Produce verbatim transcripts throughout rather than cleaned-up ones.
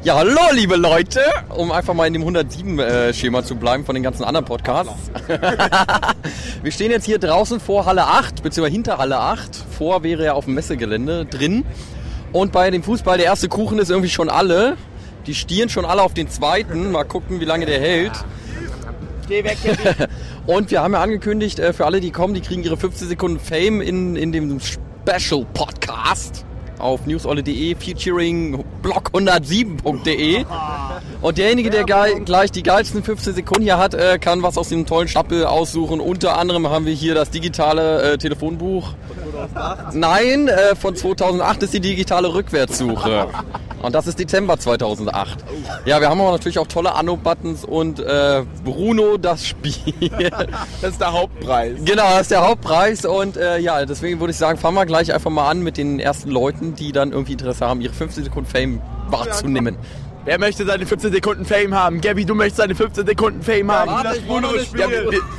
Ja, hallo liebe Leute, um einfach mal in dem hundertsieben-Schema zu bleiben von den ganzen anderen Podcasts. Wir stehen jetzt hier draußen vor Halle acht, beziehungsweise hinter Halle acht. Vor wäre ja auf dem Messegelände drin. Und bei dem Fußball, der erste Kuchen ist irgendwie schon alle. Die stieren schon alle auf den zweiten. Mal gucken, wie lange der hält. Geh weg, geh weg. Und wir haben ja angekündigt, für alle, die kommen, die kriegen ihre fünfzehn Sekunden Fame in, in dem Special Podcast auf newsolle punkt de featuring blog hundertsieben punkt de. Und derjenige, der geil, gleich die geilsten fünfzehn Sekunden hier hat, äh, kann was aus dem tollen Stapel aussuchen. Unter anderem haben wir hier das digitale äh, Telefonbuch. Von zweitausendacht? Nein, äh, von zweitausendacht ist die digitale Rückwärtssuche. Und das ist Dezember zweitausendacht. Ja, wir haben aber natürlich auch tolle Anno-Buttons und äh, Bruno das Spiel. Das ist der Hauptpreis. Genau, das ist der Hauptpreis. Und äh, ja, deswegen würde ich sagen, fangen wir gleich einfach mal an mit den ersten Leuten, die dann irgendwie Interesse haben, ihre fünfzehn Sekunden Fame wahrzunehmen. Wer möchte seine fünfzehn Sekunden Fame haben? Gabi, du möchtest seine fünfzehn Sekunden Fame haben. Warte, ich Bruno das Spiel.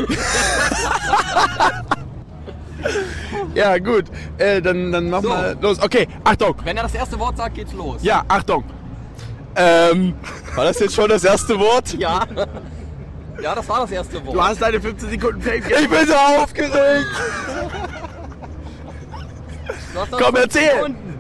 Ja, gut. Äh, dann, dann machen So. wir los. Okay, Achtung. Wenn er das erste Wort sagt, geht's los. Ja, Achtung. Ähm, war das jetzt schon das erste Wort? Ja. Ja, das war das erste Wort. Du hast deine fünfzehn Sekunden Fame. Ich bin so aufgeregt. Du hast noch Komm, fünf erzähl. Sekunden.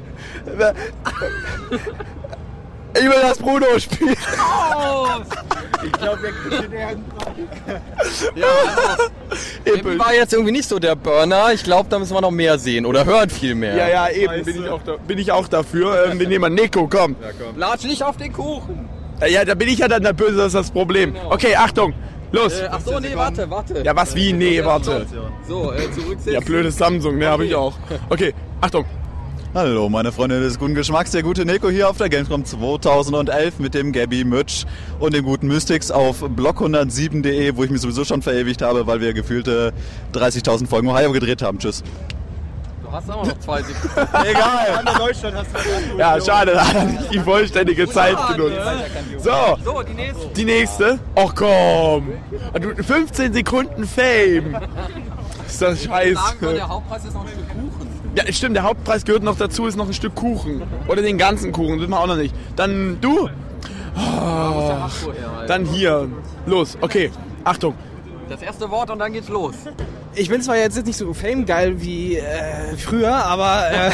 Ich will das Bruno spielen. Ich glaube, wir kriegen den Ja, Eben war jetzt irgendwie nicht so der Burner. Ich glaube, da müssen wir noch mehr sehen oder hören viel mehr. Ja, ja, eben. Bin ich auch, da, bin ich auch dafür. Ähm, wir nehmen mal Nico, komm. Ja, komm. Latsch nicht auf den Kuchen. Ja, da bin ich ja dann der Böse, das ist das Problem. Genau. Okay, Achtung. Los. Äh, ach so, nee, warte, warte. Ja, was wie? Nee, warte. So, äh, zurücksetzen. Ja, blödes Samsung, ne, habe ich auch. Okay, Achtung. Hallo, meine Freunde des guten Geschmacks, der gute Nico hier auf der Gamescom zweitausendelf mit dem Gabi Mütsch und dem guten Mystics auf blog hundertsieben punkt de, wo ich mich sowieso schon verewigt habe, weil wir gefühlte dreißigtausend Folgen Ohio gedreht haben. Tschüss. Du hast aber noch zwei Sekunden. Egal. In Deutschland hast du Ja, schade, da hat er nicht die vollständige Zeit genutzt. So, So, die nächste. die nächste. Och komm. Du, fünfzehn Sekunden Fame. Ist das scheiße. Sagen wir, der Hauptpreis ist noch ein Stück Kuchen. Ja, stimmt, der Hauptpreis gehört noch dazu, ist noch ein Stück Kuchen. Oder den ganzen Kuchen, das wissen wir auch noch nicht. Dann du. Oh, dann hier. Los, okay. Achtung. Das erste Wort und dann geht's los. Ich bin zwar jetzt nicht so famegeil wie äh, früher, aber äh,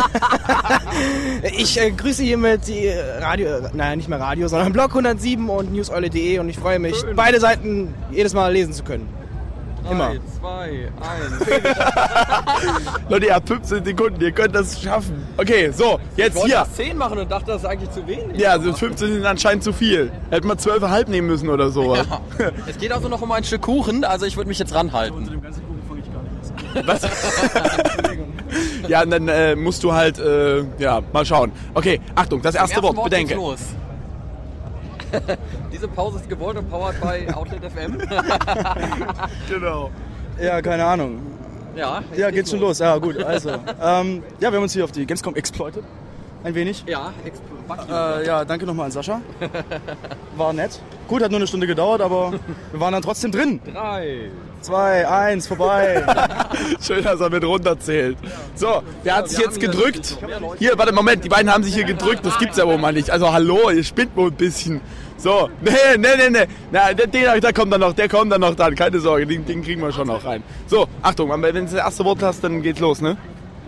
ich äh, grüße hiermit die Radio, äh, naja, nicht mehr Radio, sondern blog hundertsieben und newsolle punkt de und ich freue mich, beide Seiten jedes Mal lesen zu können. Immer. drei, zwei, eins. Leute, ihr habt fünfzehn Sekunden, ihr könnt das schaffen. Okay, so, Ich jetzt wollte hier. das zehn machen und dachte, das ist eigentlich zu wenig. Ja, also fünfzehn sind anscheinend zu viel. Hätten wir zwölf Komma fünf nehmen müssen oder sowas. Ja. Es geht also noch um ein Stück Kuchen, also ich würde mich jetzt ranhalten. Was? Ja, und dann äh, musst du halt, äh, ja, mal schauen. Okay, Achtung, das erste Wort, bedenke. geht's los. Diese Pause ist gewollt und powered by Outlet F M. Genau. Ja, keine Ahnung. Ja, jetzt Ja, geht schon los. Ja, gut. Also, ähm, ja, wir haben uns hier auf die Gamescom exploited. Ein wenig. Ja, Äh, ja, danke nochmal an Sascha. War nett. Gut, hat nur eine Stunde gedauert, aber wir waren dann trotzdem drin. drei. Zwei, eins, vorbei. Schön, dass er mit runterzählt. So, der hat Ja, sich wir jetzt haben hier gedrückt. mehr Leute. Hier, warte, Moment, die beiden haben sich hier gedrückt. Das gibt's ja wohl mal nicht. Also, hallo, ihr spinnt wohl ein bisschen. So, nee, nee, nee, nee. Na, der, der, der kommt dann noch, der kommt dann noch dran. Keine Sorge, den, den kriegen wir schon noch rein. So, Achtung, wenn du das erste Wort hast, dann geht's los, ne?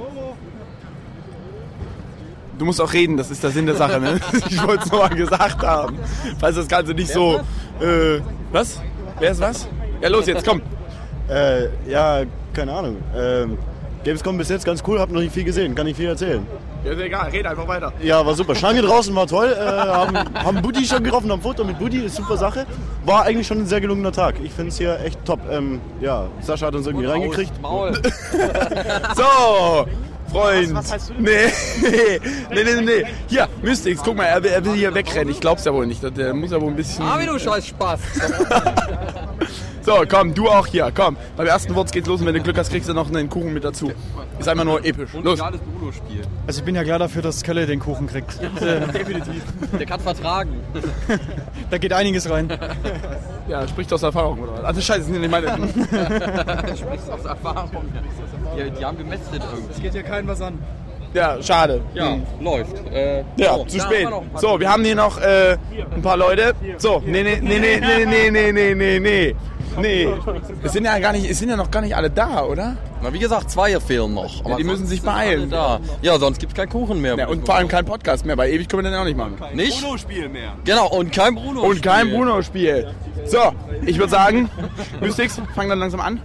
Du musst auch reden, das ist der Sinn der Sache, ne? Ich wollte es nochmal gesagt haben. Falls das Ganze nicht so, äh, was? Wer ist was? Ja, los jetzt, komm. Äh, ja, keine Ahnung. Ähm, Gamescom bis jetzt ganz cool, hab noch nicht viel gesehen, kann nicht viel erzählen. Ja, ist egal, red einfach weiter. Ja, war super. Schlange draußen war toll. Äh, haben, haben Buddy schon getroffen, haben ein Foto mit Buddy, ist super Sache. War eigentlich schon ein sehr gelungener Tag. Ich finde es hier echt top. Ähm, ja, Sascha hat uns irgendwie reingekriegt. Maul. So, Freund. Was- was heißt du denn? Nee, nee, nee, nee, nee. Hier, Mystics, guck mal, er will, er will hier wegrennen. Ich glaub's ja wohl nicht. Der muss ja wohl ein bisschen... Ah, wie du scheiß Spaß. So, komm, du auch hier, komm. Beim ersten Wort geht's los und wenn du Glück hast, kriegst du noch einen Kuchen mit dazu. Ist einfach nur episch. Und Los. ein Bruno-Spiel. Also ich bin ja klar dafür, dass Kölle den Kuchen kriegt. Definitiv. Der kann vertragen. Da geht einiges rein. Ja, spricht aus Erfahrung, oder was? Also scheiße, das sind ja nicht meine... Du sprichst aus Erfahrung. Die, die haben gemästet irgendwie. Das geht ja keinem was an. Ja, schade. Ja, Hm. läuft. Äh, Ja, so, zu da spät. haben wir noch ein paar- So, wir haben hier noch äh, ein paar Leute. So, nee, nee, nee, nee, nee, nee, nee, nee, nee, nee. Nee. Es sind ja gar nicht, es sind ja noch gar nicht alle da, oder? Na, wie gesagt, zwei fehlen noch. Ja, die müssen sich sonst sind alle beeilen. Da. Ja, sonst gibt's keinen Kuchen mehr. Ja, und vor allem kein Podcast mehr, weil ewig können wir den auch nicht machen. nicht? Bruno-Spiel mehr. Genau, und kein Bruno. Und kein Bruno-Spiel. So, ich würde sagen, Mystics, fang dann langsam an.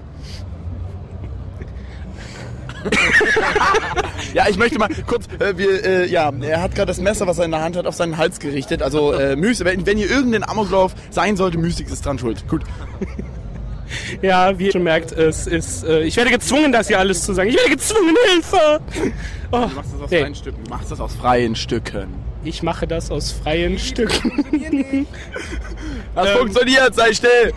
Ja, ich möchte mal kurz, äh, wir, äh, ja, er hat gerade das Messer, was er in der Hand hat, auf seinen Hals gerichtet. Also, äh, Mystics, wenn, wenn hier irgendein Amoklauf sein sollte, Mystics ist dran schuld. Gut. Ja, wie ihr schon merkt, es ist, äh, ich werde gezwungen, das hier alles zu sagen. Ich werde gezwungen, Hilfe! Oh, Du machst das aus hey, freien Stücken. Du machst das aus freien Stücken. ich mache das aus freien Stücken. Das Ähm. funktioniert, sei still!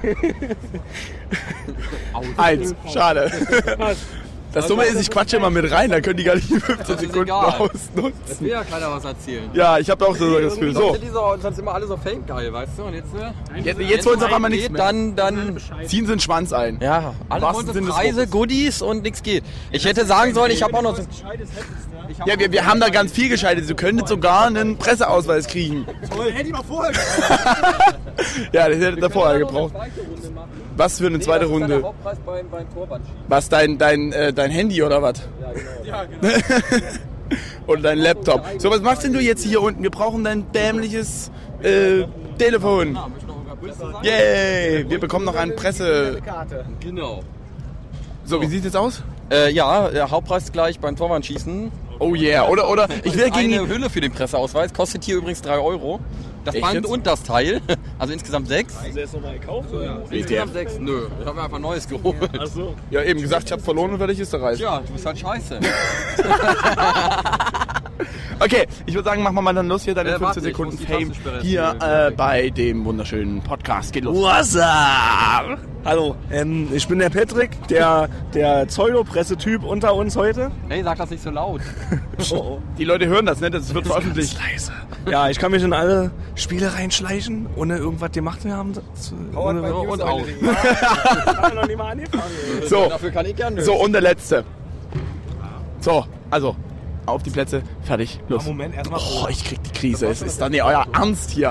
Eins, schade. Das Dumme ist, ich quatsche immer mit rein, dann können die gar nicht die fünfzehn Das ist Sekunden egal. ausnutzen. Das will ja keiner was erzählen. Ja, ich habe auch so das Gefühl. So, Sonst sind die so, sonst immer alle so fake-geil, weißt du? Und jetzt, äh, jetzt, jetzt wollen sie auf einmal nichts geht, mehr. dann, dann, Ziehen sie den Schwanz ein. ja, alle wahrsten wollen Sinne so des Preise, Wortes. Goodies und nichts geht. Ich hätte sagen sollen, ich habe auch noch so... Ja, wir, wir haben da ganz viel geschaltet. Sie können jetzt sogar einen Presseausweis kriegen. Hätte ich mal vorher Ja, das hätte er vorher gebraucht. Was für eine zweite Runde? Hauptpreis beim, beim Torwandschießen. Was, dein, dein, äh, dein Handy oder was? Ja, genau. Oder dein Laptop. So, was machst denn du jetzt hier unten? Wir brauchen dein dämliches äh, Telefon. Yay! Wir bekommen noch einen Presse... Genau. So, wie sieht es jetzt aus? Äh, ja, der Hauptpreis gleich beim Torwandschießen. Oh yeah. Oder, oder, ich will gegen Eine die... Hülle für den Presseausweis, kostet hier übrigens drei Euro. Das Echt Band jetzt? und das Teil, also insgesamt sechs. der ist nochmal gekauft, oder? Insgesamt sechs? Nö, ich habe mir einfach Neues geholt. Achso. Ja, eben gesagt, ich habe verloren und werde ich Österreich. Ja, du bist halt scheiße. Okay, ich würde sagen, machen wir mal dann los hier deine Äh, warte, fünfzehn ich Sekunden muss die Fame Tastensperre hier ziehen. äh, bei dem wunderschönen Podcast. Geht los. What's up? Hallo, ähm, ich bin der Patrick, der, der Pseudo-Pressetyp unter uns heute. Hey, sag das nicht so laut. Die Leute hören das, ne? Das wird veröffentlicht. Leise. Ja, ich kann mich in alle Spiele reinschleichen, ohne irgendwas gemacht zu haben. Zu, ohne, Und aus. hab noch nicht mal angefangen. So, Dafür kann ich gerne. so und der letzte. So, also auf die Plätze, fertig, los. Moment, erstmal. Oh, ich krieg die Krise. Es ist doch nicht euer Ernst hier.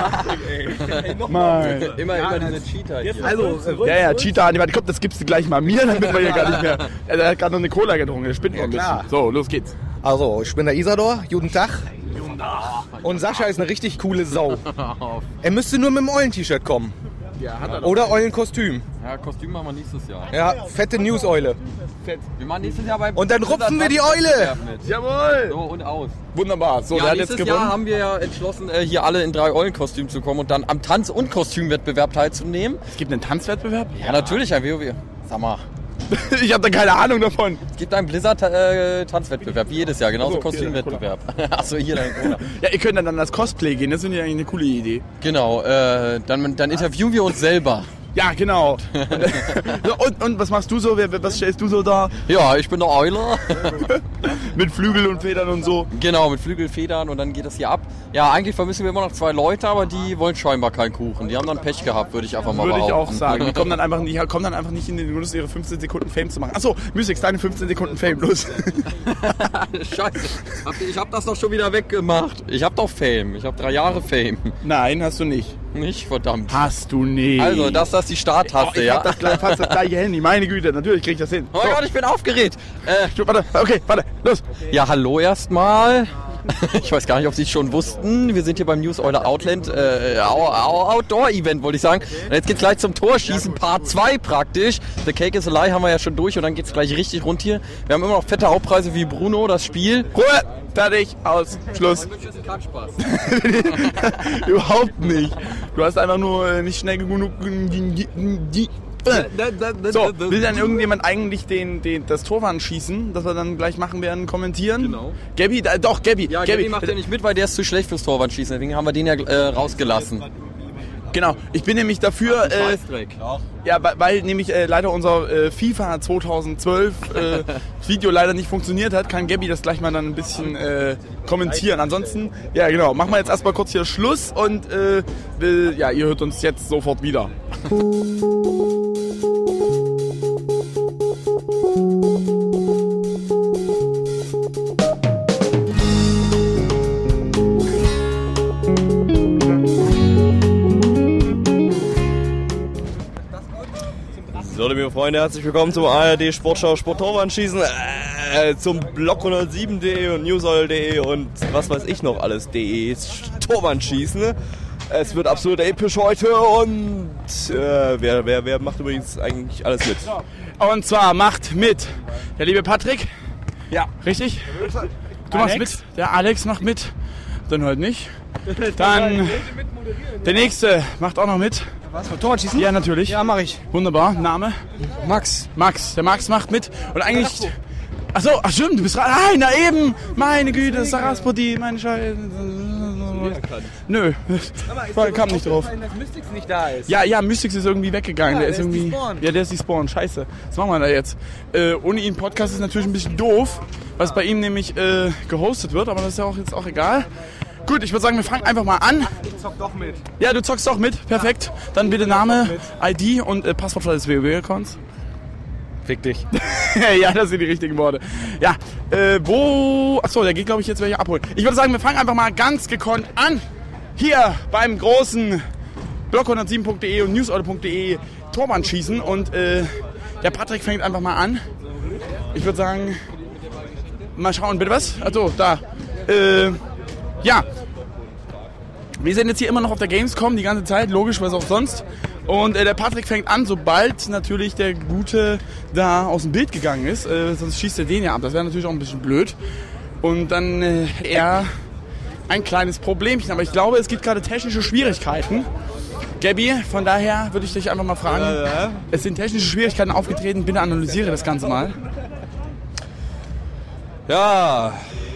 Mann. Immer, immer diese Cheater hier. Also, Ja, ja, Cheetah, Anni, komm, das gibst du gleich mal mir, damit wir hier gar nicht mehr. Er hat gerade noch eine Cola getrunken, der spinnt noch ein bisschen. klar. So, los geht's. Also, ich bin der Isador, guten Tag. Und Sascha ist eine richtig coole Sau. Er müsste nur mit dem Eulen-T-Shirt kommen. Oder Eulenkostüm. Ja, Kostüm machen wir nächstes Jahr. Ja, fette News-Eule. Wir machen nächstes Jahr beim... Und dann rupfen wir die Eule. Jawohl! So, und aus. Wunderbar. So, Ja, der hat jetzt nächstes gewonnen. Jahr haben wir ja entschlossen, äh, hier alle in drei Eulenkostümen zu kommen und dann am Tanz- und Kostümwettbewerb teilzunehmen. Es gibt einen Tanzwettbewerb? Ja, natürlich, ein WoW. Sag mal, Ich habe da keine Ahnung davon. es gibt einen Blizzard-Tanzwettbewerb, wie jedes Jahr, genauso Ach so, okay, Kostümwettbewerb. Achso, hier dein Cola. Ja, ihr könnt dann an das Cosplay gehen, das finde ich eigentlich eine coole Idee. Genau, äh, dann, dann interviewen wir uns selber. Ja, genau. Und, so, und, und was machst du so? Wer- Was stellst du so da? Ja, ich bin der Eule. Mit Flügel und Federn und so. Genau, mit Flügelfedern und dann geht das hier ab. Ja, eigentlich vermissen wir immer noch zwei Leute, aber die wollen scheinbar keinen Kuchen. Die haben dann Pech gehabt, würde ich einfach mal Würde ich auch behaupten. sagen. Die kommen dann einfach, die kommen dann einfach nicht in den Genuss, ihre fünfzehn Sekunden Fame zu machen. Achso, Mystics, deine fünfzehn Sekunden Fame, los. Scheiße, Habt ihr- ich hab das doch schon wieder weggemacht. Ich hab doch Fame. Ich hab drei Jahre Fame. Nein, hast du nicht. Nicht, verdammt. Hast du nicht. Also, das, das ist die oh, Starttaste, ich ja? hab das gleich, fast das gleiche Handy. Meine Güte, natürlich krieg ich das hin. Oh mein Gott, ich bin aufgeregt. Äh, So, warte, okay, warte, los. ja, hallo erstmal. Ich weiß gar nicht, ob Sie es schon wussten. Wir sind hier beim News Euler Outland äh, Au- Au- Outdoor-Event, wollte ich sagen. Und jetzt geht's gleich zum Torschießen, Part zwei praktisch. The Cake is a Lie haben wir ja schon durch und dann geht's gleich richtig rund hier. Wir haben immer noch fette Hauptpreise wie Bruno, das Spiel. Ruhe, fertig, aus, Schluss. Überhaupt nicht. Du hast einfach nur äh, nicht schnell genug... So, will dann irgendjemand eigentlich den, den, das Torwand schießen, das wir dann gleich machen werden, kommentieren? Genau. Gabby, da, doch, Gabby. Ja, Gabby macht ja nicht mit, weil der ist zu schlecht fürs Torwandschießen. Deswegen haben wir den ja äh, rausgelassen. Genau, ich bin nämlich dafür, äh, Scheißdreck. ja, weil, weil nämlich äh, leider unser äh, FIFA zweitausendzwölf äh, Video leider nicht funktioniert hat, kann Gabby das gleich mal dann ein bisschen äh, kommentieren. Ansonsten, ja genau, machen wir jetzt erstmal kurz hier Schluss und äh, will, ja, ihr hört uns jetzt sofort wieder. So, liebe Freunde, herzlich willkommen zum A R D Sportschau Sporttorwandschießen, äh, zum Block hundertsieben punkt de und newsoil punkt de und was weiß ich noch alles, de Torwandschießen. Es wird absolut episch heute und äh, wer, wer, wer macht übrigens eigentlich alles mit? Und zwar macht mit der liebe Patrick. Ja. Richtig? Du machst mit. Der Alex macht mit. Dann halt nicht. Dann der nächste macht auch noch mit. Was? Mit Torschießen? Ja, natürlich. Ja, mach ich. Wunderbar. Name? Max. Max. Der Max macht mit. Und eigentlich... Achso, ach stimmt, du bist gerade... Nein, na eben. Meine Güte, Saraspoti, meine Scheiße. Nö, ich kam nicht drauf. Dass Mystics nicht da ist. Ja, ja, Mystics ist irgendwie weggegangen. Ja, der ist der ist irgendwie. despawned. Ja, der ist despawned. Scheiße. Was machen wir da jetzt? Äh, ohne ihn Podcast ist natürlich ein bisschen doof, was bei ihm nämlich äh, gehostet wird, aber das ist ja auch jetzt auch egal. Gut, ich würde sagen, wir fangen einfach mal an. Ich zock doch mit. Ja, du zockst doch mit. Perfekt. Dann bitte Name, I D und äh, Passwort des WoW-Accounts. Fick dich. Ja, das sind die richtigen Worte. Ja, äh, wo... Achso, der geht, glaube ich, jetzt welche abholen. Ich würde sagen, wir fangen einfach mal ganz gekonnt an. Hier beim großen Block hundertsieben punkt de und newsoil punkt de Torwandschießen. Und äh, der Patrick fängt einfach mal an. Ich würde sagen, mal schauen, bitte was? Achso, da. Äh, ja. Wir sind jetzt hier immer noch auf der Gamescom die ganze Zeit, logisch, was auch sonst. Und äh, der Patrick fängt an, sobald natürlich der Gute da aus dem Bild gegangen ist. Äh, sonst schießt er den ja ab. Das wäre natürlich auch ein bisschen blöd. Und dann äh, er ein kleines Problemchen. Aber ich glaube, es gibt gerade technische Schwierigkeiten. Gabby, von daher würde ich dich einfach mal fragen. Ja, ja. Es sind technische Schwierigkeiten aufgetreten. Bitte analysiere das Ganze mal. Ja,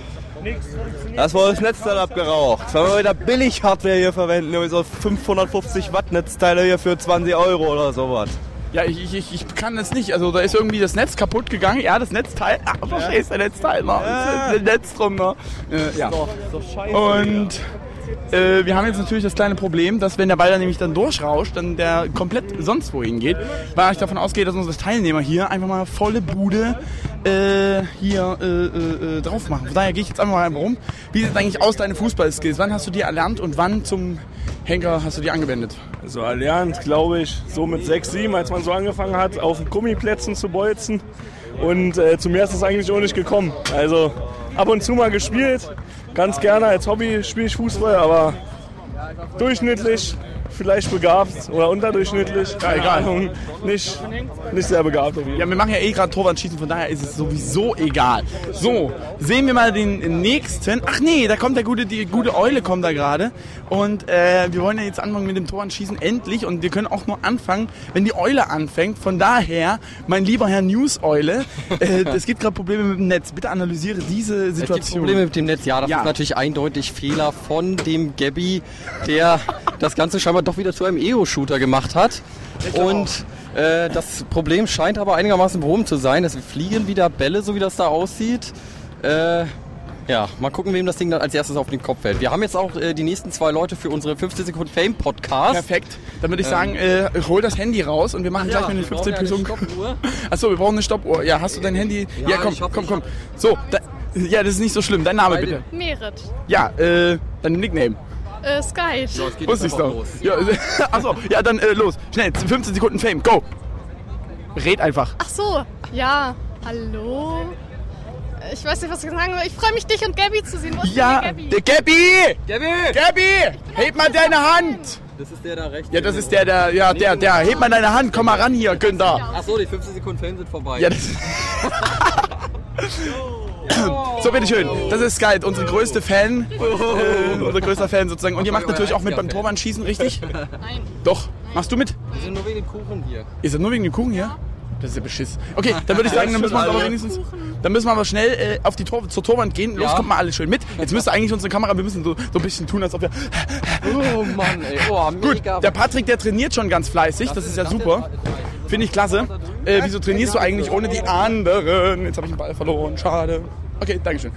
das wurde das Netzteil abgeraucht. Wenn wir wieder Billig-Hardware hier verwenden, so fünfhundertfünfzig Watt Netzteile hier für zwanzig Euro oder sowas. Ja, ich, ich, ich kann das nicht. Also da ist irgendwie das Netz kaputt gegangen. Ja, das Netzteil. Ach, verstehst du, der Netzteil noch. Ja. Das Netz drum noch. Äh, ja. Doch, doch scheiße. Und äh, wir haben jetzt natürlich das kleine Problem, dass wenn der Ball dann nämlich dann durchrauscht, dann der komplett sonst wohin geht. Weil ich davon ausgehe, dass unsere Teilnehmer hier einfach mal volle Bude äh, hier äh, äh, drauf machen. Von daher gehe ich jetzt einfach mal rum. Wie sieht eigentlich aus deine Fußballskills? Wann hast du die erlernt und wann zum Henker hast du die angewendet? Also erlernt, glaube ich, so mit sechs, sieben, als man so angefangen hat, auf den Gummiplätzen zu bolzen. Und äh, zu mir ist es eigentlich auch nicht gekommen. Also ab und zu mal gespielt, ganz gerne als Hobby spiele ich Fußball, aber durchschnittlich, vielleicht begabt oder unterdurchschnittlich, ja, egal, nicht, nicht sehr begabt. Ja, wir machen ja eh gerade Torwandschießen, von daher ist es sowieso egal. So, sehen wir mal den nächsten. Ach nee, da kommt der gute, die gute Eule kommt da gerade. Und äh, wir wollen ja jetzt anfangen mit dem Torwandschießen, endlich. Und wir können auch nur anfangen, wenn die Eule anfängt. Von daher, mein lieber Herr News-Eule, äh, es gibt gerade Probleme mit dem Netz. Bitte analysiere diese Situation. Es gibt Probleme mit dem Netz, ja, das ja. ist natürlich eindeutig Fehler von dem Gabby, der das Ganze scheinbar doch wieder zu einem E O-Shooter gemacht hat. Und äh, das Problem scheint aber einigermaßen behoben zu sein. Es fliegen wieder Bälle, so wie das da aussieht. Äh, ja, mal gucken, wem das Ding dann als erstes auf den Kopf fällt. Wir haben jetzt auch äh, die nächsten zwei Leute für unsere fünfzehn Sekunden Fame Podcast. Perfekt. Dann würde ich sagen, äh, hol das Handy raus und wir machen gleich ja, mit den fünfzehn Sekunden. Ja Achso, wir brauchen eine Stoppuhr. Ja, hast du dein Handy? Ja, Ja, komm, ich hab- komm, ich komm. So, da, ja, das ist nicht so schlimm. Dein Name bitte. Merit. Ja, äh, dein Nickname. Äh, Sky. So, es geht Wusste jetzt ich's einfach doch. los. Ja, achso, ja, dann äh, los. Schnell, fünfzehn Sekunden Fame, go. Red einfach. Ach so, ja. Hallo. Ich weiß nicht, was ich sagen soll. Ich freue mich, dich und Gabby zu sehen. Wo ist Ja, denn die der Gabby? Gabby! Gabby! Gabby! Heb mal deine Hand! Das ist der da rechts. Ja, das ist der, der, ja, der, der. Heb mal deine Hand, komm mal ran hier, Günther. Achso, die fünfzehn Sekunden Fame sind vorbei. Ja, das So, bitteschön. Das ist Sky, unsere größte Fan. Äh, unser größter Fan sozusagen. Und ihr macht natürlich auch mit beim Torwandschießen, richtig? Nein. Doch. Machst du mit? Wir sind nur wegen dem Kuchen hier. Ist das nur wegen dem Kuchen hier? Das ist ja Beschiss. Okay, dann würde ich sagen, dann müssen wir aber wenigstens, dann müssen wir aber schnell äh, auf die Tor, zur Torwand gehen. Los, Ja. kommt mal alle schön mit. Jetzt müsste eigentlich unsere Kamera, wir müssen so, so ein bisschen tun, als ob wir... Oh Mann, ey. Oh, mega. Gut, der Patrick, der trainiert schon ganz fleißig. Das ist ja super. Finde ich klasse. Äh, wieso trainierst du eigentlich ohne die anderen? Jetzt habe ich den Ball verloren. Schade. Okay, dankeschön.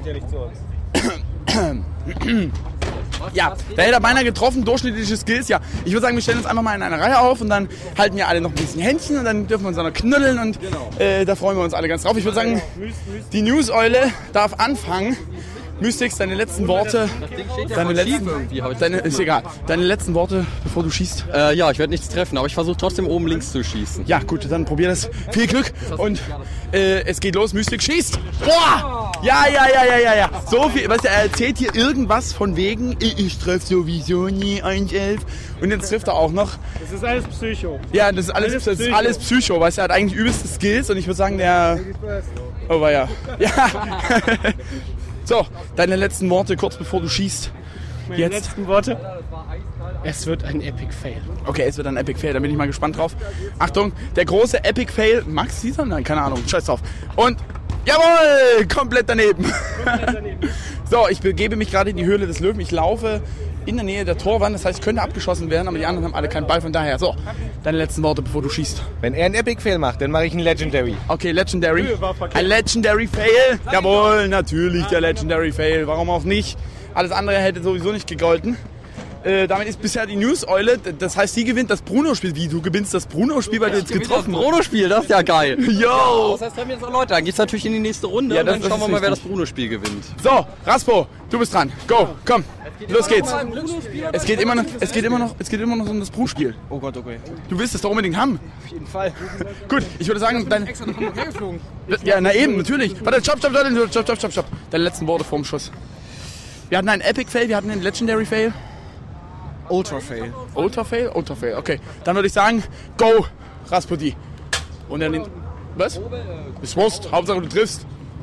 Ja, da hätte er beinahe getroffen, durchschnittliche Skills, ja. Ich würde sagen, wir stellen uns einfach mal in einer Reihe auf und dann halten wir alle noch ein bisschen Händchen und dann dürfen wir uns auch noch knuddeln und äh, da freuen wir uns alle ganz drauf. Ich würde sagen, die News-Eule darf anfangen Mystics, deine letzten Worte. Deine letzten, deine, ist egal. Deine letzten Worte, bevor du schießt. Äh, ja, ich werde nichts treffen, aber ich versuche trotzdem oben links zu schießen. Ja, gut, dann probier das. Viel Glück und äh, es geht los. Mystic schießt. Boah! Ja, ja, ja, ja, ja, ja. So viel, weißt du, er erzählt hier irgendwas von wegen, ich, ich treffe sowieso nie eins elf. Und jetzt trifft er auch noch. Das ist alles Psycho. Ja, das ist alles, das ist alles Psycho, weißt du, er hat eigentlich übelste Skills und ich würde sagen, der... Oh, war ja. Ja. So, deine letzten Worte, kurz bevor du schießt. Meine Jetzt. letzten Worte. Es wird ein Epic Fail. Okay, es wird ein Epic Fail, da bin ich mal gespannt drauf. Achtung, der große Epic Fail. Max Caesar? Nein, keine Ahnung, scheiß drauf. Und, jawohl, komplett daneben. Komplett daneben. So, ich begebe mich gerade in die Höhle des Löwen. Ich laufe in der Nähe der Torwand, das heißt, ich könnte abgeschossen werden, aber die anderen haben alle keinen Ball, von daher. So, deine letzten Worte, bevor du schießt. Wenn er einen Epic Fail macht, dann mache ich einen Legendary. Okay, Legendary. Ein Legendary Fail. Jawohl, natürlich der Legendary Fail. Warum auch nicht? Alles andere hätte sowieso nicht gegolten. Äh, damit ist bisher die News-Eule, das heißt, sie gewinnt das Bruno-Spiel. Wie, du gewinnst das Bruno-Spiel, weil du jetzt getroffen hast? Das Bruno-Spiel, das ist ja geil. Yo! Das heißt, treffen wir jetzt auch Leute, dann geht's natürlich in die nächste Runde Ja, und das- dann das schauen wir ist mal, wer das richtig. Bruno-Spiel gewinnt. So, Raspo, du bist dran. Go, komm. Los geht's. Es geht immer noch, es geht immer noch, es geht immer noch um das Bruno-Spiel. Oh Gott, okay. Du willst es doch unbedingt haben. Auf jeden Fall. Gut, ich würde sagen, dein... Extra nach Hamburg hergeflogen. Ja, na eben, natürlich. Warte, stopp, stopp, stopp, stopp, stopp, stopp, stopp. Deine letzten Worte vorm Schuss. Wir hatten einen Epic Fail, wir hatten einen Legendary Fail. Ultra Fail. Ultra Fail? Ultra Fail, okay. Dann würde ich sagen, go, Rasputin. Und dann den... Was? Ist Wurst, Hauptsache du triffst.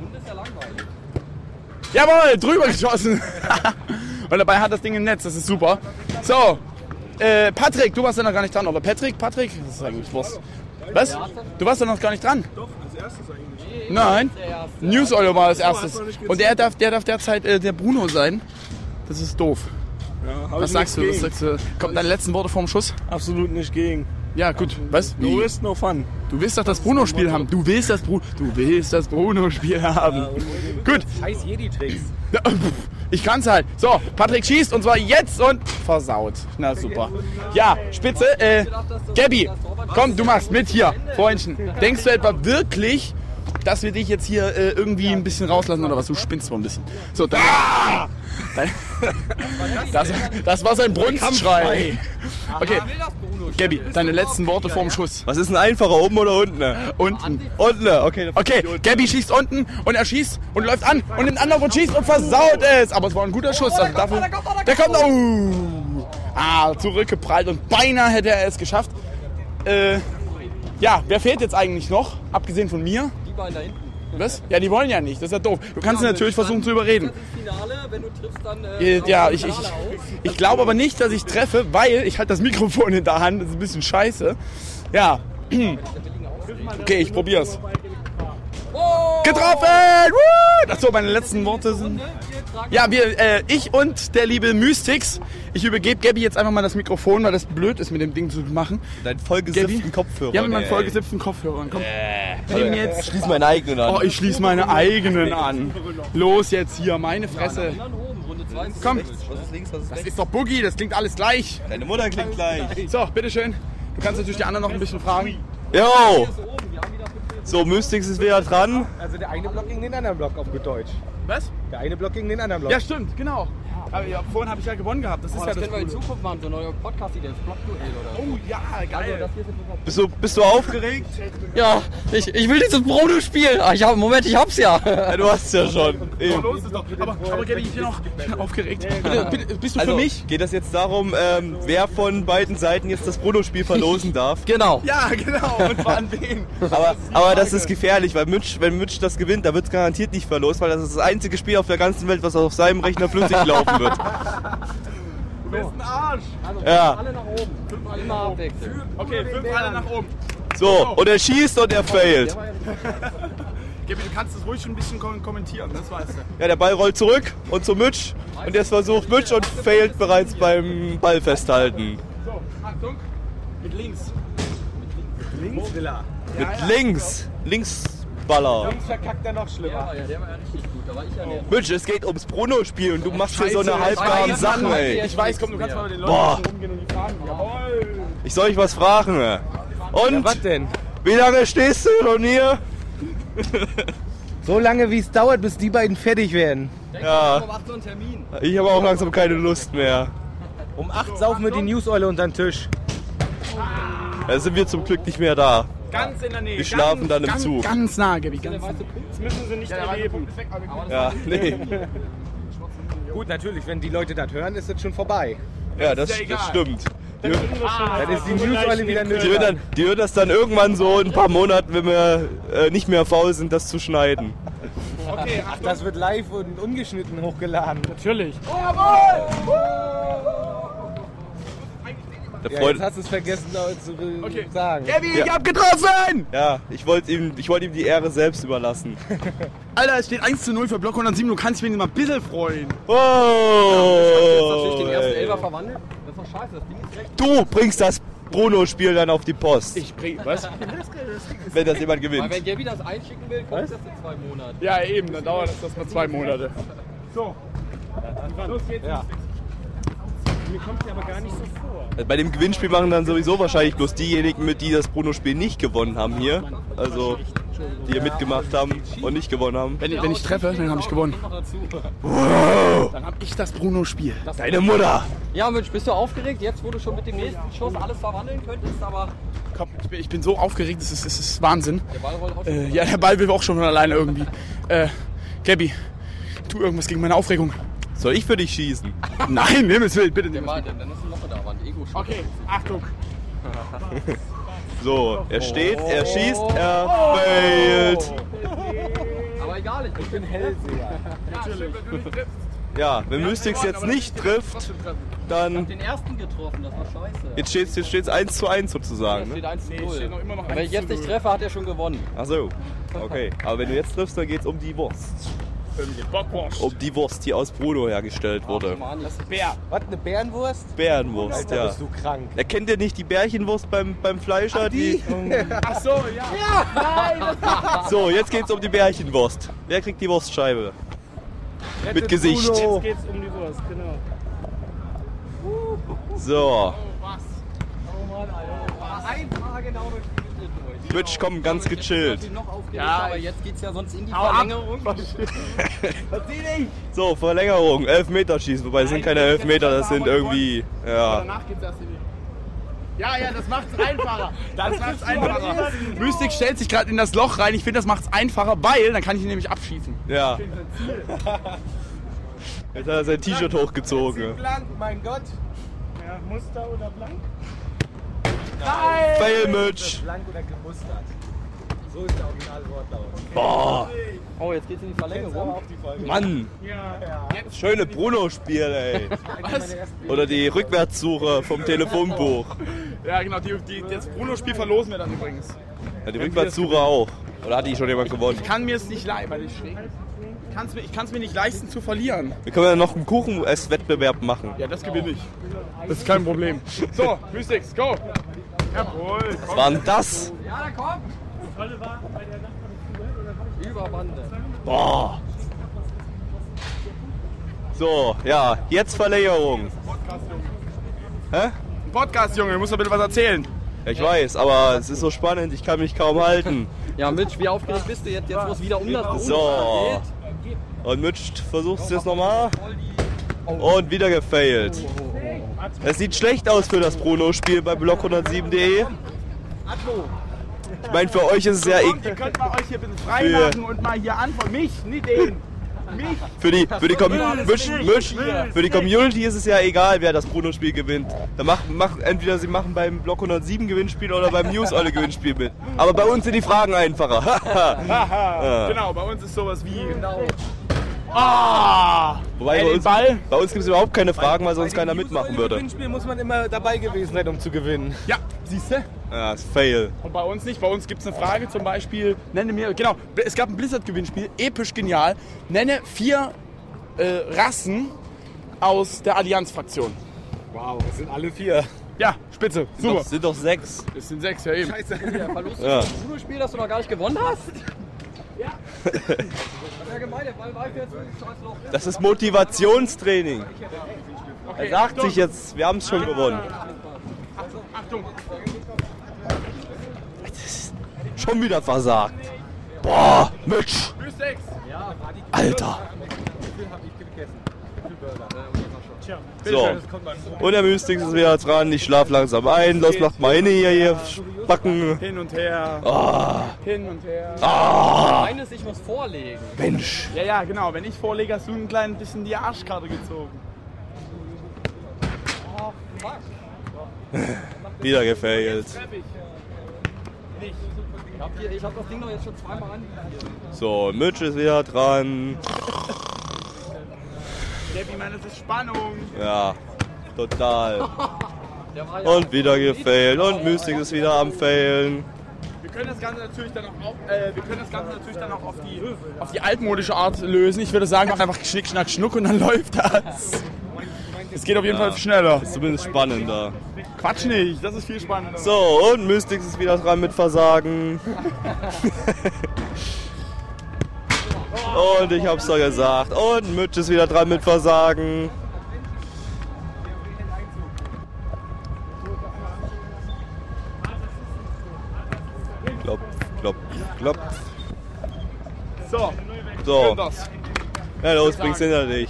Jawohl, drüber geschossen. Und dabei hat das Ding im Netz, das ist super. So, äh, Patrick, du warst ja noch gar nicht dran, oder Patrick? Patrick? Das ist eigentlich Wurst. Was? Du warst ja noch gar nicht dran. Doch, als erstes eigentlich. Nein, News Euro war als erstes. Und der darf, der darf derzeit äh, der Bruno sein. Das ist doof. Ja, hab Was ich sagst du? nichts Was gegen. sagst du? Kommt deine letzten Worte vorm Schuss? Absolut nicht gegen. Ja, gut. Was? No Wie? risk, no fun. Du willst doch das Bruno-Spiel haben. Du willst das Bruno. Du willst das Bruno-Spiel haben. Gut. Scheiß Jedi-Tricks. Ja, pff, Ich kann's halt. So, Patrick schießt und zwar jetzt und versaut. Na super. Ja, Spitze. Äh, Gabby, komm, du machst mit hier, Freundchen. Denkst du etwa wirklich, dass wir dich jetzt hier äh, irgendwie ein bisschen rauslassen oder was? Du spinnst wohl ein bisschen. So, dann. Ah! Das, das war sein Brunstschrei. Okay, Gabby, deine letzten Worte vorm Schuss. Was ist denn einfacher, oben oder unten? Unten. Unten, okay. Okay, Gabby schießt unten und er schießt und läuft an und nimmt Anlauf und schießt und versaut es. Aber es war ein guter Schuss. Also dafür, der kommt. Oh. Ah, zurückgeprallt und beinahe hätte er es geschafft. Äh, ja, wer fehlt jetzt eigentlich noch? Abgesehen von mir? Die beiden da hinten. Was? Ja, die wollen ja nicht. Das ist ja doof. Du kannst sie natürlich versuchen zu überreden. Finale, wenn du triffst, dann. Äh, Ja, ich, ich, ich glaube aber nicht, dass ich treffe, weil ich halte das Mikrofon in der Hand. Das ist ein bisschen scheiße. Ja. Okay, ich probier's. Getroffen! Woo! Achso, meine letzten Worte sind... Ja, wir, äh, ich und der liebe Mystics. Ich übergebe Gabby jetzt einfach mal das Mikrofon, weil das blöd ist, mit dem Ding zu machen. Deinen vollgesifften Kopfhörer. Ja, mit meinen ey. vollgesifften Kopfhörern. Komm. Äh, Nimm jetzt. Schließ meinen eigenen an. Oh, ich schließe meine eigenen an. Los jetzt hier, meine Fresse. Komm. Was ist links, was ist Das rechts? ist doch Boogie, das klingt alles gleich. Deine Mutter klingt gleich. So, bitteschön. Du kannst natürlich die anderen noch ein bisschen fragen. Jo! So, Mystics ist wieder dran. Also der eine Block gegen den anderen Block auf gut Deutsch. Was? Der eine Block gegen den anderen Block. Ja, stimmt, genau. Aber ja, vorhin habe ich ja gewonnen gehabt. Das ist ja das können wir in Coole. Zukunft machen, so eine neue Podcast-Idee, das Blockduell oder so. Oh ja, geil. Bist du, bist du aufgeregt? Ja, ich, ich will dieses Bruno-Spiel. Ah, ich hab, Moment, ich hab's ja. Ja, du hast es ja schon. Eben. Los ist doch. Aber, aber Gabby, ich bin noch ich bin aufgeregt. Bitte, bitte, bist du Also, für mich? geht das jetzt darum, ähm, wer von beiden Seiten jetzt das Bruno-Spiel verlosen darf? Genau. Ja, genau. Und zwar an wen? Aber, aber das ist gefährlich, weil Mitch, wenn Mitch das gewinnt, da wird es garantiert nicht verlost, weil das ist das einzige Spiel auf der ganzen Welt, was auf seinem Rechner flüssig laufen wird. Du bist ein Arsch. Ja. Alle nach oben. Fünf immer abwechseln. Okay, fünf alle nach oben. So, und er schießt und er failt. Gabby, du kannst das ruhig schon ein bisschen kom- kommentieren, das weißt du. Ja, der Ball rollt zurück und zu Mitch. Und jetzt versucht Mitch und failt bereits beim Ball festhalten. So, Achtung. Mit links. Links will er. Mit links. Linksballer. Links verkackt er noch schlimmer. Ja, der war ja richtig gut. Da war ich ja der. Mitch, es geht ums Bruno-Spiel und du machst hier so Scheiße, eine halbgaren Sachen, ey. Ich weiß, komm, du kannst mal mit den Leuten Boah. rumgehen und die fragen. Jawohl. Ich soll euch was fragen. Und Was denn? wie lange stehst du schon hier? So lange wie es dauert, bis die beiden fertig werden. Ja. Ich habe auch langsam keine Lust mehr. Um acht saufen wir die Newseule unter den Tisch. Da sind wir zum Glück nicht mehr da. Ganz in der Nähe. Wir schlafen dann im ganz, Zug. Ganz nah, Gabi. Ganz nah. Das müssen sie nicht erleben. Ja, nee. Gut, natürlich, wenn die Leute das hören, ist das schon vorbei. Ja, das, das stimmt. Die, Dann ist die Newseule wieder die, nötig. hören dann, die hören das dann irgendwann so in ein paar Monaten, wenn wir äh, nicht mehr faul sind, das zu schneiden. Okay, ach, das wird live und ungeschnitten hochgeladen. Natürlich. Der Ja, Freund, jetzt hast du es vergessen zu Okay. sagen. Gabi, Ja. ich hab getroffen! ja, ich wollte ihm, ich wollte ihm die Ehre selbst überlassen. Alter, es steht eins zu null für Block hundertsieben. Du kannst dich wenigstens mal ein bisschen freuen. Oh, Natürlich den ersten Elfer verwandelt. Das ist doch scheiße, das Ding ist recht. du bringst das Bruno-Spiel dann auf die Post, Ich bring. Was? wenn das jemand Weil gewinnt. wenn Gabi das einschicken will, kommt das in zwei Monaten. Ja, eben. Dann dauert das, das mal zwei Monate. So. Los geht's. Ja. Mir kommt sie aber gar nicht so vor. Bei dem Gewinnspiel machen dann sowieso wahrscheinlich bloß diejenigen mit, die das Bruno-Spiel nicht gewonnen haben hier. Also, die hier mitgemacht haben und nicht gewonnen haben. Wenn, wenn ich treffe, dann habe ich gewonnen. Dann habe ich das Bruno-Spiel. Deine Mutter! Ja, Mensch, bist du aufgeregt? Jetzt, wo du schon mit dem nächsten Schuss alles verwandeln könntest, aber Komm, ich bin, ich bin so aufgeregt, das ist, das ist Wahnsinn. der Ball rollt auch schon. Äh, ja, der Ball will auch schon von alleine irgendwie. Äh, Gabi, tu irgendwas gegen meine Aufregung. Soll ich für dich schießen? Nein, Himmels Willen, bitte Der nicht. Ball, dann ist ein Loch da, Wand. Ego schon. Okay, Achtung. So, er steht, er schießt, er failt. Aber egal, ich bin Hellseher. Ja, wenn Mystics jetzt nicht trifft, dann. Den ersten getroffen, das war scheiße. Jetzt steht es jetzt steht's eins zu eins sozusagen. Steht Ne? eins zu steht noch null. immer noch Wenn eins ich jetzt zu nicht null. treffe, hat er schon gewonnen. Ach so, okay. Aber wenn du jetzt triffst, dann geht's um die Wurst. Bockwurst. Um die Wurst, die aus Bruno hergestellt wurde. Mann, das ist Bär. Was, eine Bärenwurst? Bärenwurst, Alter, ja. bist du krank. Erkennt ihr nicht die Bärchenwurst beim, beim Fleischer? Die? Ach so, ja. So, jetzt geht's um die Bärchenwurst. Wer kriegt die Wurstscheibe? Mit Gesicht. Bruno. Jetzt geht's um die Wurst, genau. So, ein Paar genau durch die Mitte durch. Twitch kommt ganz gechillt. Noch aufgeregt, Ja, aber jetzt geht's ja sonst in die Hau ab. Verlängerung. So, Verlängerung, Elfmeter schießen. Wobei, es sind keine Elfmeter, das sind irgendwie, ja. Danach geht's erst in die. Ja, ja, das macht's einfacher. Das macht's einfacher. Mystic stellt sich gerade in das Loch rein. Ich finde, das macht's einfacher, weil dann kann ich ihn nämlich abschießen. Ja. Jetzt hat er sein T-Shirt hochgezogen. Blank, mein Gott. Ja, Muster oder blank? Fail-Mitch. Blank oder gemustert. So ist der Originalwortlaut. Boah, Oh, jetzt geht's in die Verlängerung. Mann. Ja. Schöne Bruno-Spiel, ey. Oder die Rückwärtssuche vom Telefonbuch. Ja, genau. Die, die, das Bruno-Spiel verlosen wir dann übrigens. Ja, die Rückwärtssuche auch. Oder hat die schon jemand gewonnen? Ich kann mir es nicht leisten, weil ich schräg. Ich kann's mir, ich kann es mir nicht leisten zu verlieren. Wir können ja noch einen Kuchen-Ess-Wettbewerb machen. Ja, das gewinne ich. Das ist kein Problem. So, Mystics, go! Jawohl! Was war denn das? Ja, da kommt. Tolle war bei der Nachbarn Über Bande. Boah. So, ja, jetzt Verlängerung. Hä? Podcast, Junge, du musst doch bitte was erzählen. Ich weiß, aber es ist so spannend, ich kann mich kaum halten. Ja, Mitch, wie aufgeregt bist du jetzt? Jetzt, wo es wieder um das So. Und Mitch versucht es jetzt nochmal. Und wieder gefailt. Es sieht schlecht aus für das Bruno-Spiel bei block hundertsieben punkt de. Ich meine, für euch ist es ja Kommt, eh. ihr könnt mal euch hier ein bisschen freimachen und mal hier antworten. Mich, nicht den. Mich. Für die, für, die Com Misch, Misch, für die Community ist es ja egal, wer das Bruno-Spiel gewinnt. Da machen, machen, entweder sie machen beim block hundertsieben Gewinnspiel oder beim News-Olle Gewinnspiel mit. Aber bei uns sind die Fragen einfacher. Haha. Genau, bei uns ist sowas wie. Genau. Ah! Wobei Ey, bei den uns, Ball. bei uns gibt es überhaupt keine Fragen, weil sonst keiner mitmachen würde. Im Gewinnspiel muss man immer dabei gewesen sein, um zu gewinnen. Ja, siehst du? Ja, ist fail. Und bei uns nicht. Bei uns gibt es eine Frage zum Beispiel. Nenne mir, genau, es gab ein Blizzard-Gewinnspiel, episch genial. Nenne vier äh, Rassen aus der Allianz-Fraktion. Wow, das sind alle vier. Ja, spitze, Sind super. doch, sind doch sechs. Es sind sechs, ja eben. Scheiße. Verlust Ja. ja. Ein Spiel, das du noch gar nicht gewonnen hast? Ja. Das ist ja gemein, der Ball war jetzt wirklich scheiß Loch. Das ist Motivationstraining. Okay, Er sagt Achtung. sich jetzt, wir haben es schon gewonnen. Achtung. Schon wieder versagt. Boah, Mitch. Mystics, Alter. So. Und der Mystics ist wieder dran. Ich schlaf langsam ein. Los, macht mal hin hier, hier backen. Hin und her. Oh. Hin und her. Oh. Meines, ich muss vorlegen. Mensch. Ja, ja, genau. Wenn ich vorlege, hast du ein klein bisschen die Arschkarte gezogen. Oh, fuck. Wieder gefailt. Ich hab, hier, ich hab das Ding doch jetzt schon zweimal anvisiert. So, Mitch ist wieder dran. Debbie, Mann, das ist Spannung. Ja, total. Und wieder gefailt. Und Mystic ist wieder am Failen. Wir können das Ganze natürlich dann auch, auf, äh, wir können das Ganze natürlich dann auch auf die, auf die altmodische Art lösen. Ich würde sagen, mach einfach Schnick, Schnack, Schnuck und dann läuft das. Es geht auf jeden Ja, Fall schneller. Ist zumindest spannender. Quatsch nicht, das ist viel spannender. So, und Mystics ist wieder dran mit Versagen. Und ich hab's doch gesagt. Und Mitch ist wieder dran mit Versagen. Klopf, klopf, klopf. So, So. das. Ja, los, bring's hinter dich.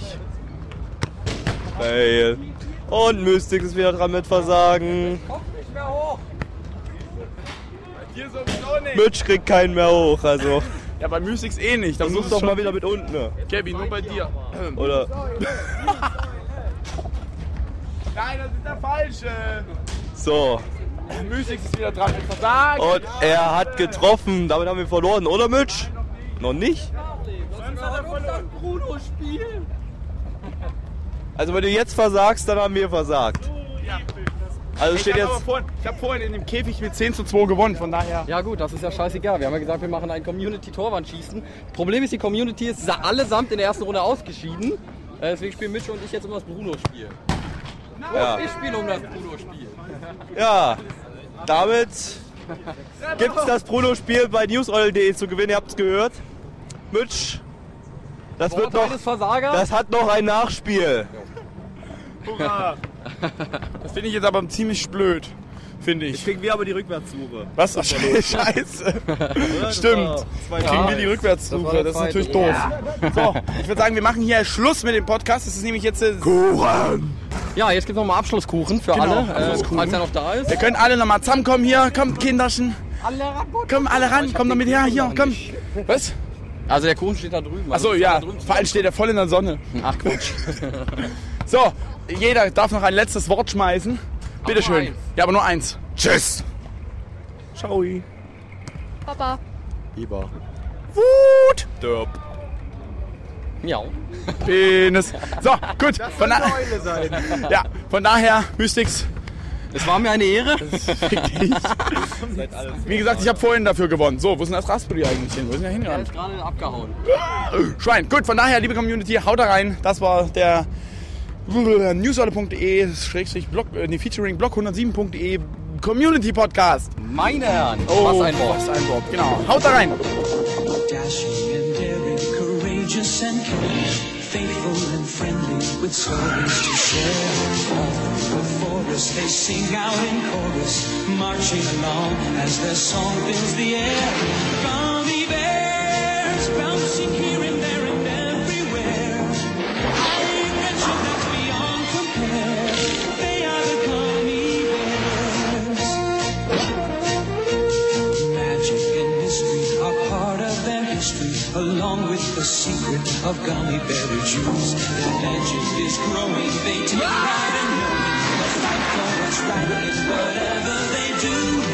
Fail. Und Mystics ist wieder dran mit Versagen. Nicht mehr hoch. Hier sowieso nicht. Mitch kriegt keinen mehr hoch, also. Ja, bei Mystics eh nicht. Da Versuch's doch mal wieder mit unten. Ne? Gabby, nur bei dir. Oder? Nein, das ist der falsche. So. Mystics ist wieder dran mit Versagen. Und er hat getroffen. Damit haben wir verloren, oder Mitch? Noch nicht? Bruno spielen. Also wenn du jetzt versagst, dann haben wir versagt. Also Ich steht habe jetzt. vorhin, ich hab vorhin in dem Käfig mit zehn zu zwei gewonnen, von daher. Ja gut, das ist ja scheißegal. Wir haben ja gesagt, wir machen ein Community-Torwandschießen. Problem ist, die Community ist allesamt in der ersten Runde ausgeschieden. Äh, Deswegen spielen Mitch und ich jetzt um das Bruno-Spiel. Ja. Ich spiele um das Bruno-Spiel. Ja. Damit gibt es das Bruno-Spiel bei newsoil punkt de zu gewinnen. Ihr habt es gehört. Mitch. Das wird Vorteil noch. des Versagers. Das hat noch ein Nachspiel. Hurra! Das finde ich jetzt aber ziemlich blöd, finde ich. Kriegen wir aber die Rückwärtssuche. Was? Ach, Scheiße. Stimmt. Kriegen wir die Rückwärtssuche. Das ist natürlich doof. So, ich würde sagen, wir machen hier Schluss mit dem Podcast. Das ist nämlich jetzt... äh, Kuchen! Ja, jetzt gibt es nochmal Abschlusskuchen für Genau, alle, Abschlusskuchen. äh, falls er noch da ist. Wir können alle nochmal zusammenkommen hier. Kommt, Kinderchen. Alle ran. Komm, alle ran. Komm damit her. Hier, komm. Was? Also der Kuchen steht da drüben. Achso, Also ja. da drüben. Vor allem steht er voll in der Sonne. Ach Quatsch. So, jeder darf noch ein letztes Wort schmeißen. Bitteschön. eins. Ja, aber nur eins. Tschüss. Ciao. Papa. Lieber. Wut. Derp. Miau. Penis. So, gut. Von, da ja, von daher, Mystics. Es war mir eine Ehre. Wie gesagt, ich habe vorhin dafür gewonnen. So, wo ist denn das Raspberry eigentlich hin? Wo ist denn der Er hingerannt? ist gerade abgehauen. Schwein. Gut, von daher, liebe Community, haut da rein. Das war der newsoil punkt de Schrägstrich Blog, äh, nee, featuring blog hundertsieben punkt de Community Podcast. Meine Herren, Oh, was ein Wort. Was ein Wort. Genau. Haut da rein. Dashing and daring, courageous and caring, faithful and friendly, with stories to share. All before us, they sing out in chorus, marching along as their song fills the air. Gummy bears bouncing here and there and everywhere. Adventure that's beyond compare. They are the gummy bears. Magic and mystery are part of their history, along with the secret of gummy berry juice. Their legend is growing, they take pride in knowing the fight for what's right in whatever they do.